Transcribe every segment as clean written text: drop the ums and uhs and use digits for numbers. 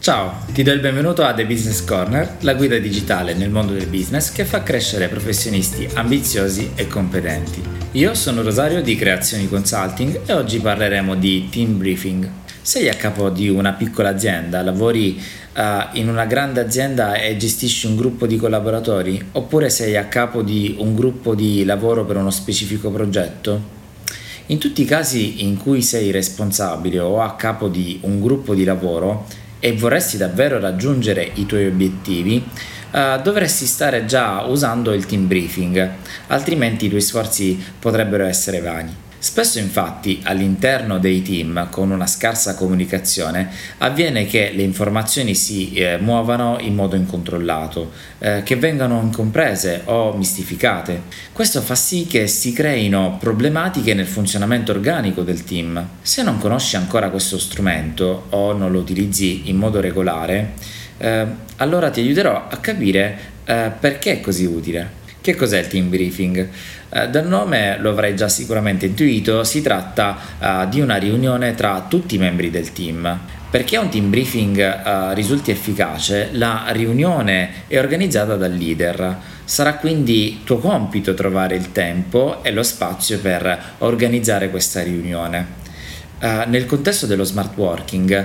Ciao, ti do il benvenuto a The Business Corner, la guida digitale nel mondo del business che fa crescere professionisti ambiziosi e competenti. Io sono Rosario di Creazioni Consulting e oggi parleremo di team briefing. Sei a capo di una piccola azienda, lavori in una grande azienda e gestisci un gruppo di collaboratori, oppure sei a capo di un gruppo di lavoro per uno specifico progetto? In tutti i casi in cui sei responsabile o a capo di un gruppo di lavoro e vorresti davvero raggiungere i tuoi obiettivi, dovresti stare già usando il team briefing, altrimenti i tuoi sforzi potrebbero essere vani. Spesso infatti all'interno dei team con una scarsa comunicazione avviene che le informazioni si muovano in modo incontrollato, che vengano incomprese o mistificate. Questo fa sì che si creino problematiche nel funzionamento organico del team. Se non conosci ancora questo strumento o non lo utilizzi in modo regolare, allora ti aiuterò a capire perché è così utile. Che cos'è il team briefing? Dal nome lo avrai già sicuramente intuito, si tratta di una riunione tra tutti i membri del team. Perché un team briefing risulti efficace, la riunione è organizzata dal leader. Sarà quindi tuo compito trovare il tempo e lo spazio per organizzare questa riunione. Nel contesto dello smart working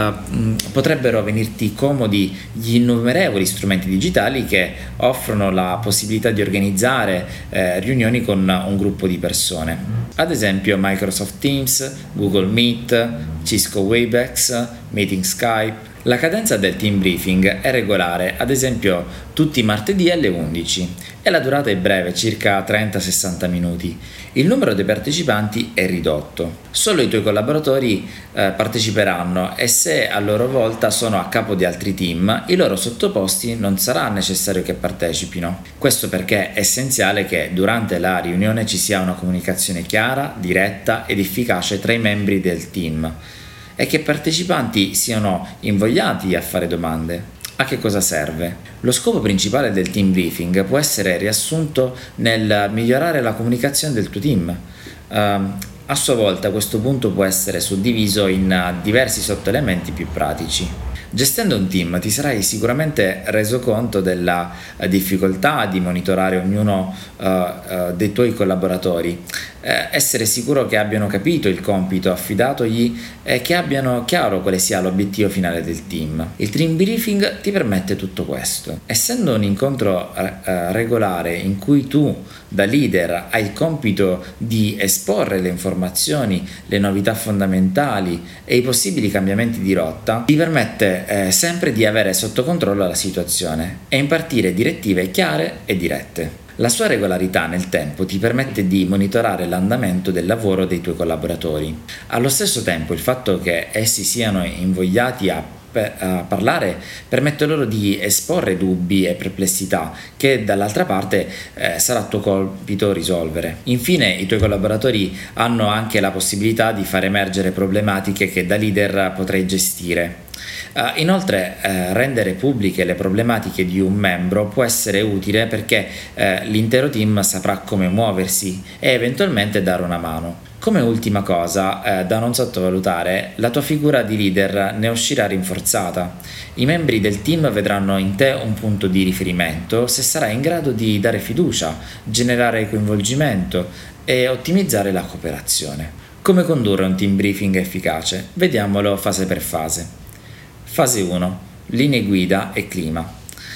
potrebbero venirti comodi gli innumerevoli strumenti digitali che offrono la possibilità di organizzare riunioni con un gruppo di persone. Ad esempio Microsoft Teams, Google Meet, Cisco Webex, Meeting Skype. La cadenza del team briefing è regolare, ad esempio tutti i martedì alle 11 e la durata è breve, circa 30-60 minuti. Il numero dei partecipanti è ridotto. Solo i tuoi collaboratori parteciperanno e se a loro volta sono a capo di altri team, i loro sottoposti non sarà necessario che partecipino. Questo perché è essenziale che durante la riunione ci sia una comunicazione chiara, diretta ed efficace tra i membri del team e che i partecipanti siano invogliati a fare domande. A che cosa serve? Lo scopo principale del team briefing può essere riassunto nel migliorare la comunicazione del tuo team. A sua volta questo punto può essere suddiviso in diversi sottoelementi più pratici. Gestendo un team ti sarai sicuramente reso conto della difficoltà di monitorare ognuno dei tuoi collaboratori, essere sicuro che abbiano capito il compito affidatogli e che abbiano chiaro quale sia l'obiettivo finale del team. Il team briefing ti permette tutto questo. Essendo un incontro regolare in cui tu da leader hai il compito di esporre le informazioni, le novità fondamentali e i possibili cambiamenti di rotta, ti permette sempre di avere sotto controllo la situazione e impartire direttive chiare e dirette. La sua regolarità nel tempo ti permette di monitorare l'andamento del lavoro dei tuoi collaboratori. Allo stesso tempo il fatto che essi siano invogliati a parlare permette loro di esporre dubbi e perplessità che dall'altra parte sarà tuo compito risolvere. Infine i tuoi collaboratori hanno anche la possibilità di far emergere problematiche che da leader potrai gestire. Inoltre rendere pubbliche le problematiche di un membro può essere utile perché l'intero team saprà come muoversi e eventualmente dare una mano. Come ultima cosa da non sottovalutare, la tua figura di leader ne uscirà rinforzata. I membri del team vedranno in te un punto di riferimento se sarai in grado di dare fiducia, generare coinvolgimento e ottimizzare la cooperazione. Come condurre un team briefing efficace? Vediamolo fase per fase. Fase 1. Linee guida e clima.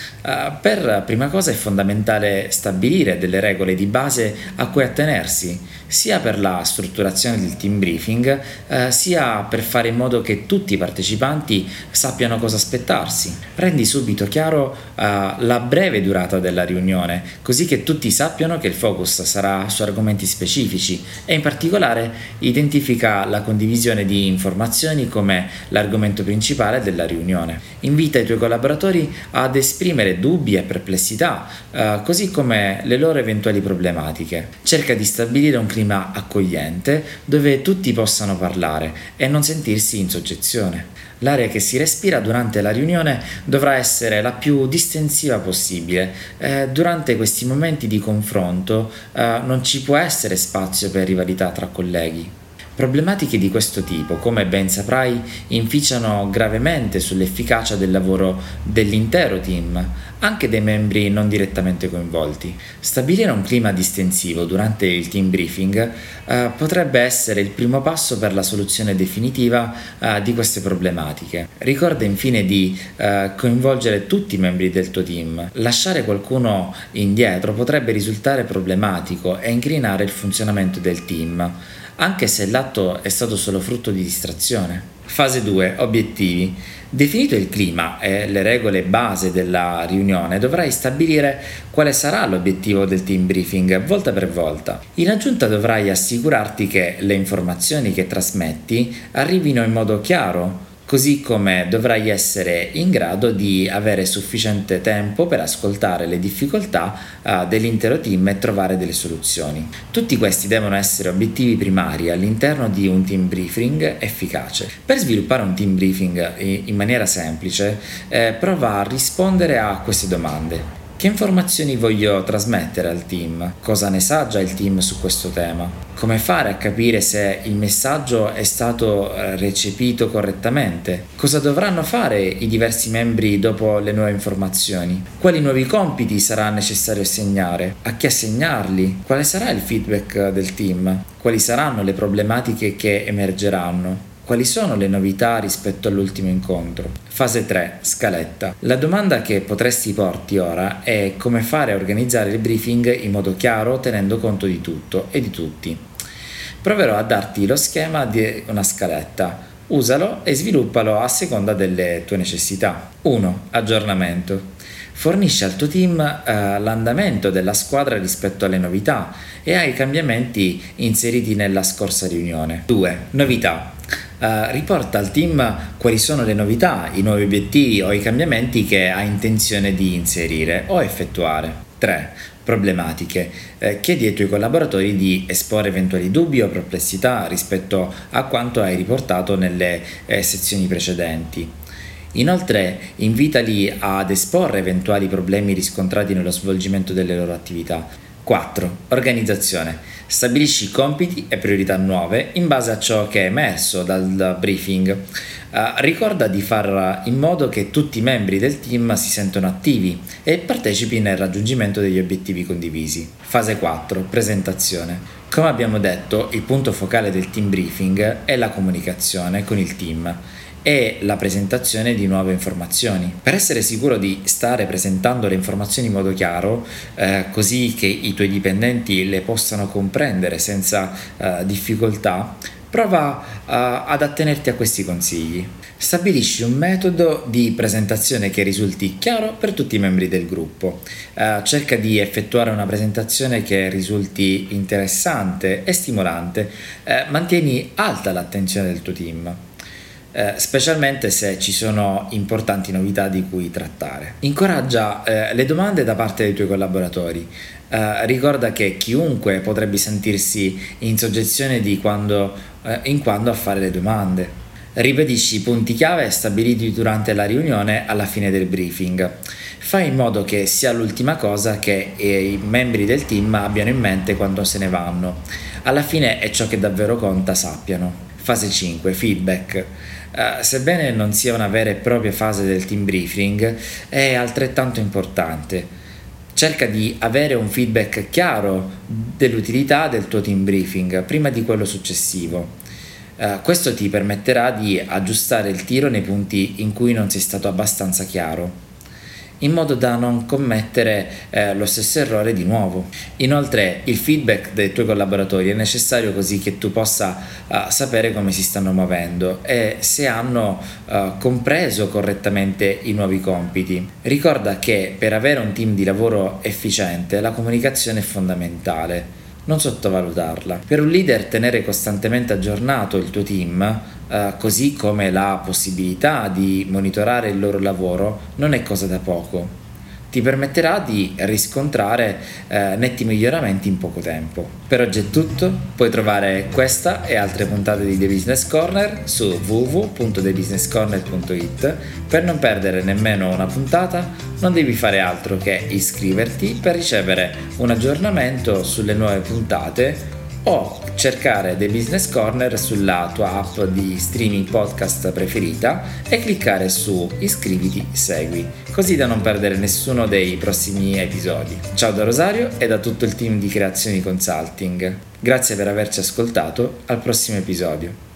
Per prima cosa è fondamentale stabilire delle regole di base a cui attenersi, sia per la strutturazione del team briefing, sia per fare in modo che tutti i partecipanti sappiano cosa aspettarsi. Rendi subito chiaro la breve durata della riunione, così che tutti sappiano che il focus sarà su argomenti specifici e in particolare identifica la condivisione di informazioni come l'argomento principale della riunione. Invita i tuoi collaboratori ad esprimere dubbi e perplessità, così come le loro eventuali problematiche. Cerca di stabilire un clima accogliente dove tutti possano parlare e non sentirsi in soggezione. L'aria che si respira durante la riunione dovrà essere la più distensiva possibile. Durante questi momenti di confronto non ci può essere spazio per rivalità tra colleghi. Problematiche di questo tipo, come ben saprai, inficiano gravemente sull'efficacia del lavoro dell'intero team, anche dei membri non direttamente coinvolti. Stabilire un clima distensivo durante il team briefing potrebbe essere il primo passo per la soluzione definitiva di queste problematiche. Ricorda infine di coinvolgere tutti i membri del tuo team. Lasciare qualcuno indietro potrebbe risultare problematico e incrinare il funzionamento del team, anche se l'atto è stato solo frutto di distrazione. Fase 2. Obiettivi. Definito il clima e le regole base della riunione, dovrai stabilire quale sarà l'obiettivo del team briefing volta per volta. In aggiunta dovrai assicurarti che le informazioni che trasmetti arrivino in modo chiaro, così come dovrai essere in grado di avere sufficiente tempo per ascoltare le difficoltà dell'intero team e trovare delle soluzioni. Tutti questi devono essere obiettivi primari all'interno di un team briefing efficace. Per sviluppare un team briefing in maniera semplice, prova a rispondere a queste domande. Che informazioni voglio trasmettere al team? Cosa ne sa già il team su questo tema? Come fare a capire se il messaggio è stato recepito correttamente? Cosa dovranno fare i diversi membri dopo le nuove informazioni? Quali nuovi compiti sarà necessario assegnare? A chi assegnarli? Quale sarà il feedback del team? Quali saranno le problematiche che emergeranno? Quali sono le novità rispetto all'ultimo incontro? Fase 3. Scaletta. La domanda che potresti porti ora è come fare a organizzare il briefing in modo chiaro, tenendo conto di tutto e di tutti. Proverò a darti lo schema di una scaletta. Usalo e sviluppalo a seconda delle tue necessità. 1. Aggiornamento. Fornisce al tuo team l'andamento della squadra rispetto alle novità e ai cambiamenti inseriti nella scorsa riunione. 2. Novità. Riporta al team quali sono le novità, i nuovi obiettivi o i cambiamenti che hai intenzione di inserire o effettuare. 3. Problematiche. Chiedi ai tuoi collaboratori di esporre eventuali dubbi o perplessità rispetto a quanto hai riportato nelle sezioni precedenti. Inoltre, invitali ad esporre eventuali problemi riscontrati nello svolgimento delle loro attività. 4. Organizzazione. Stabilisci compiti e priorità nuove in base a ciò che è emerso dal briefing. Ricorda di far in modo che tutti i membri del team si sentano attivi e partecipi nel raggiungimento degli obiettivi condivisi. Fase 4. Presentazione. Come abbiamo detto, il punto focale del team briefing è la comunicazione con il team e la presentazione di nuove informazioni. Per essere sicuro di stare presentando le informazioni in modo chiaro, così che i tuoi dipendenti le possano comprendere senza difficoltà, prova ad attenerti a questi consigli. Stabilisci un metodo di presentazione che risulti chiaro per tutti i membri del gruppo. Cerca di effettuare una presentazione che risulti interessante e stimolante. Mantieni alta l'attenzione del tuo team, specialmente se ci sono importanti novità di cui trattare. Incoraggia le domande da parte dei tuoi collaboratori. Ricorda che chiunque potrebbe sentirsi in soggezione in quando a fare le domande. Ribadisci i punti chiave stabiliti durante la riunione alla fine del briefing. Fai in modo che sia l'ultima cosa che i membri del team abbiano in mente quando se ne vanno. Alla fine è ciò che davvero conta, sappiano. Fase 5. Feedback. Sebbene non sia una vera e propria fase del team briefing, è altrettanto importante. Cerca di avere un feedback chiaro dell'utilità del tuo team briefing prima di quello successivo. Questo ti permetterà di aggiustare il tiro nei punti in cui non sei stato abbastanza chiaro, in modo da non commettere lo stesso errore di nuovo. Inoltre, il feedback dei tuoi collaboratori è necessario così che tu possa sapere come si stanno muovendo e se hanno compreso correttamente i nuovi compiti. Ricorda che per avere un team di lavoro efficiente la comunicazione è fondamentale. Non sottovalutarla. Per un leader tenere costantemente aggiornato il tuo team, così come la possibilità di monitorare il loro lavoro, non è cosa da poco. Ti permetterà di riscontrare netti miglioramenti in poco tempo. Per oggi è tutto, puoi trovare questa e altre puntate di The Business Corner su www.thebusinesscorner.it. Per non perdere nemmeno una puntata, non devi fare altro che iscriverti per ricevere un aggiornamento sulle nuove puntate o cercare The Business Corner sulla tua app di streaming podcast preferita e cliccare su iscriviti, segui, così da non perdere nessuno dei prossimi episodi. Ciao da Rosario e da tutto il team di Creazioni Consulting. Grazie per averci ascoltato, al prossimo episodio.